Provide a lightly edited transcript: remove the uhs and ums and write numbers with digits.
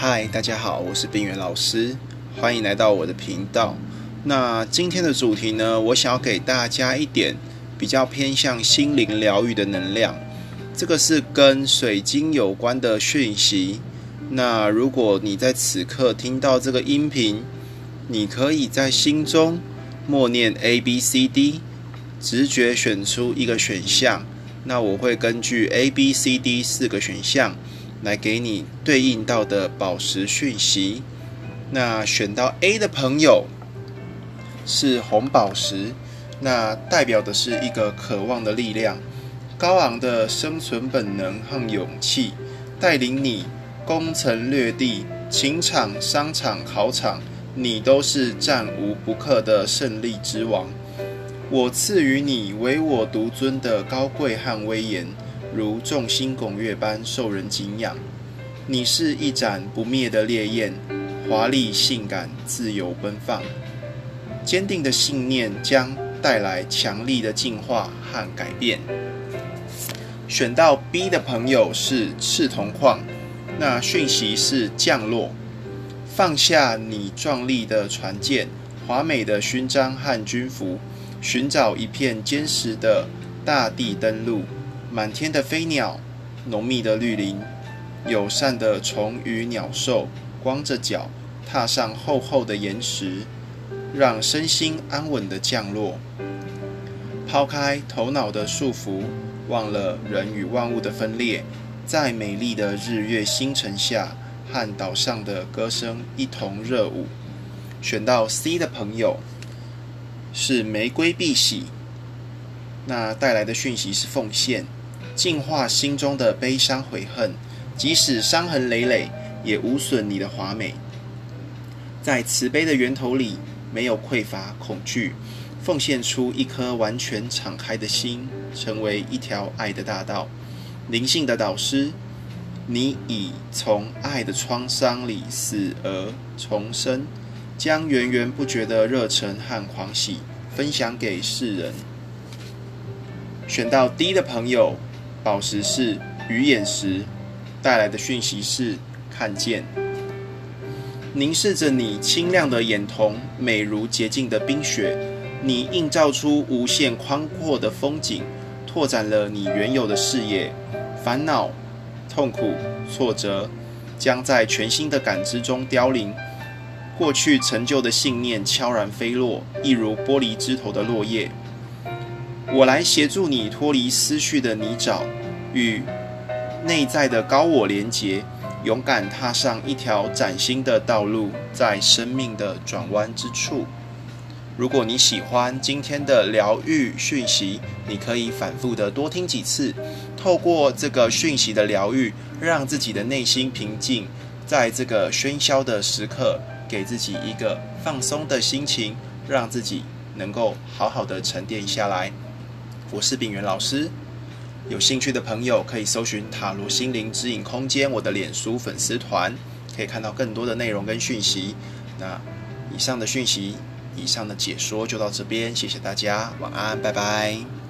嗨，大家好，我是冰原老师，欢迎来到我的频道。那今天的主题呢，我想要给大家一点比较偏向心灵疗愈的能量。这个是跟水晶有关的讯息。那如果你在此刻听到这个音频，你可以在心中默念 ABCD， 直觉选出一个选项。那我会根据 ABCD 4个选项来给你对应到的宝石讯息。那选到 A 的朋友是红宝石，那代表的是一个渴望的力量，高昂的生存本能和勇气，带领你攻城略地，情场、商场、考场，你都是战无不克的胜利之王。我赐予你唯我独尊的高贵和威严，如众星拱月般受人敬仰。你是一盏不灭的烈焰，华丽、性感、自由奔放。坚定的信念将带来强力的进化和改变。选到 B 的朋友是赤铜矿，那讯息是降落。放下你壮丽的船舰、华美的勋章和军服，寻找一片坚实的大地登陆。满天的飞鸟，浓密的绿林，友善的虫鱼鸟兽，光着脚踏上厚厚的岩石，让身心安稳的降落。抛开头脑的束缚，忘了人与万物的分裂，在美丽的日月星辰下，和岛上的歌声一同热舞。选到 C 的朋友是玫瑰碧玺，那带来的讯息是奉献，净化心中的悲伤悔恨，即使伤痕累累，也无损你的华美。在慈悲的源头里，没有匮乏恐惧，奉献出一颗完全敞开的心，成为一条爱的大道。灵性的导师，你已从爱的创伤里死而重生，将源源不绝的热忱和狂喜分享给世人。选到 D 的朋友，宝石是鱼眼石，带来的讯息是看见。凝视着你清亮的眼瞳，美如洁净的冰雪，你映照出无限宽阔的风景，拓展了你原有的视野。烦恼、痛苦、挫折将在全新的感知中凋零，过去成就的信念悄然飞落，一如玻璃枝头的落叶。我来协助你脱离思绪的泥沼，与内在的高我连结，勇敢踏上一条崭新的道路，在生命的转弯之处。如果你喜欢今天的疗愈讯息，你可以反复的多听几次，透过这个讯息的疗愈，让自己的内心平静，在这个喧嚣的时刻，给自己一个放松的心情，让自己能够好好的沉淀下来。我是秉元老师，有兴趣的朋友可以搜寻塔罗心灵指引空间我的脸书粉丝团，可以看到更多的内容跟讯息。那以上的讯息，以上的解说就到这边，谢谢大家，晚安，拜拜。